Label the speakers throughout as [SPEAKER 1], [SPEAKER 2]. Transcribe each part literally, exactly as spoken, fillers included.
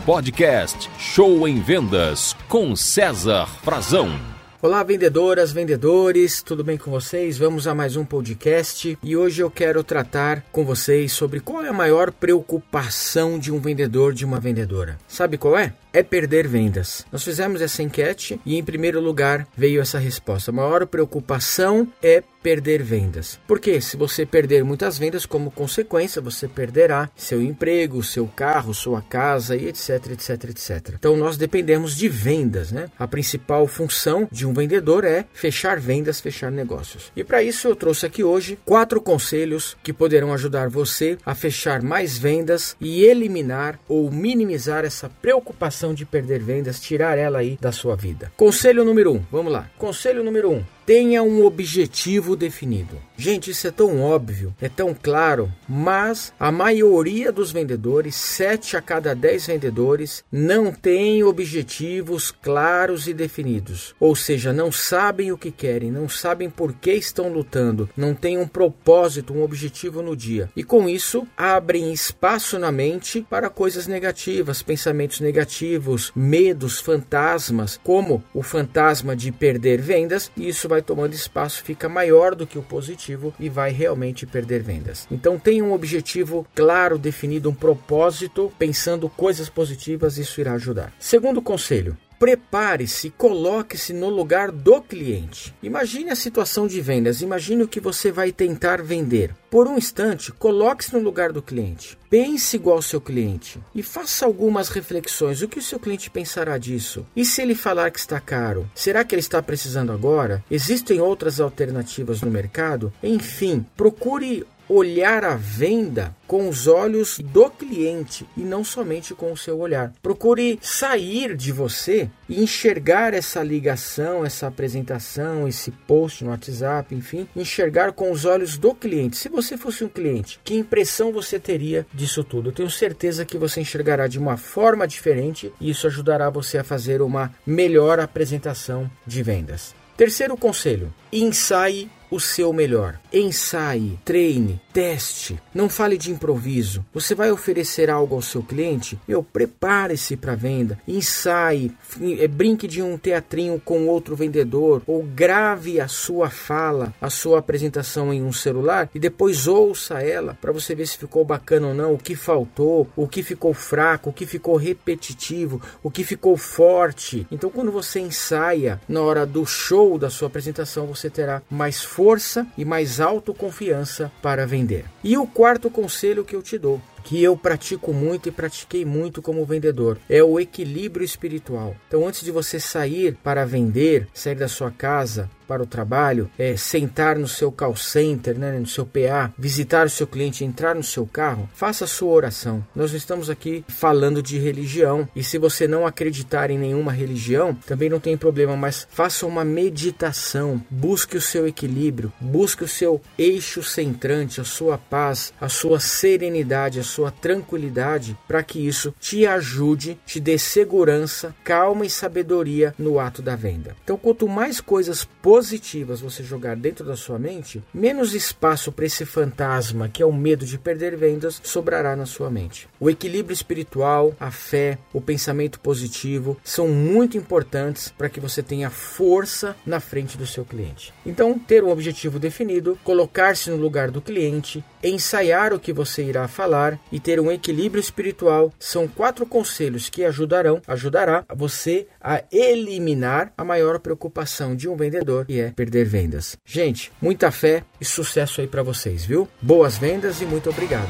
[SPEAKER 1] Podcast Show em Vendas com César Frazão.
[SPEAKER 2] Olá, vendedoras, vendedores, tudo bem com vocês? Vamos a mais um podcast e hoje eu quero tratar com vocês sobre qual é a maior preocupação de um vendedor, de uma vendedora. Sabe qual é? É perder vendas. Nós fizemos essa enquete e em primeiro lugar veio essa resposta. A maior preocupação é perder vendas. Porque se você perder muitas vendas, como consequência, você perderá seu emprego, seu carro, sua casa e etc, etc, etcétera. Então nós dependemos de vendas, né? A principal função de um vendedor é fechar vendas, fechar negócios. E para isso eu trouxe aqui hoje quatro conselhos que poderão ajudar você a fechar mais vendas e eliminar ou minimizar essa preocupação de perder vendas, tirar ela aí da sua vida. Conselho número um, vamos lá. Conselho número um. Tenha um objetivo definido. Gente, isso é tão óbvio, é tão claro, mas a maioria dos vendedores, sete a cada dez vendedores, não tem objetivos claros e definidos. Ou seja, não sabem o que querem, não sabem por que estão lutando, não têm um propósito, um objetivo no dia. E com isso, abrem espaço na mente para coisas negativas, pensamentos negativos, medos, fantasmas, como o fantasma de perder vendas, e isso vai tomando espaço, fica maior do que o positivo e vai realmente perder vendas. Então tenha um objetivo claro, definido, um propósito, pensando coisas positivas, isso irá ajudar. Segundo conselho, prepare-se, coloque-se no lugar do cliente. Imagine a situação de vendas, imagine o que você vai tentar vender. Por um instante, coloque-se no lugar do cliente. Pense igual ao seu cliente e faça algumas reflexões. O que o seu cliente pensará disso? E se ele falar que está caro? Será que ele está precisando agora? Existem outras alternativas no mercado? Enfim, procure olhar a venda com os olhos do cliente e não somente com o seu olhar. Procure sair de você e enxergar essa ligação, essa apresentação, esse post no WhatsApp, enfim, enxergar com os olhos do cliente. Se você fosse um cliente, que impressão você teria disso tudo? Eu tenho certeza que você enxergará de uma forma diferente e isso ajudará você a fazer uma melhor apresentação de vendas. Terceiro conselho, ensaie o seu melhor. Ensaie, treine, teste. Não fale de improviso. Você vai oferecer algo ao seu cliente? Meu, prepare-se para a venda. Ensaie, brinque de um teatrinho com outro vendedor ou grave a sua fala, a sua apresentação em um celular e depois ouça ela para você ver se ficou bacana ou não, o que faltou, o que ficou fraco, o que ficou repetitivo, o que ficou forte. Então, quando você ensaia na hora do show da sua apresentação, você terá mais força força e mais autoconfiança para vender. E o quarto conselho que eu te dou, que eu pratico muito e pratiquei muito como vendedor, é o equilíbrio espiritual. Então, antes de você sair para vender, sair da sua casa para o trabalho, é, sentar no seu call center, né, no seu P A, visitar o seu cliente, entrar no seu carro, faça a sua oração. Nós não estamos aqui falando de religião, e se você não acreditar em nenhuma religião, também não tem problema, mas faça uma meditação, busque o seu equilíbrio, busque o seu eixo centrante, a sua paz, a sua serenidade, a sua tranquilidade, para que isso te ajude, te dê segurança, calma e sabedoria no ato da venda. Então, quanto mais coisas positivas você jogar dentro da sua mente, menos espaço para esse fantasma, que é o medo de perder vendas, sobrará na sua mente. O equilíbrio espiritual, a fé, o pensamento positivo são muito importantes para que você tenha força na frente do seu cliente. Então, ter um objetivo definido, colocar-se no lugar do cliente, ensaiar o que você irá falar e ter um equilíbrio espiritual são quatro conselhos que ajudarão, ajudará você a eliminar a maior preocupação de um vendedor, que é perder vendas. Gente, muita fé e sucesso aí para vocês, viu? Boas vendas e muito obrigado.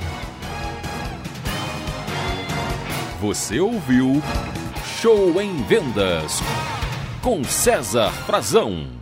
[SPEAKER 1] Você ouviu Show em Vendas com César Frazão.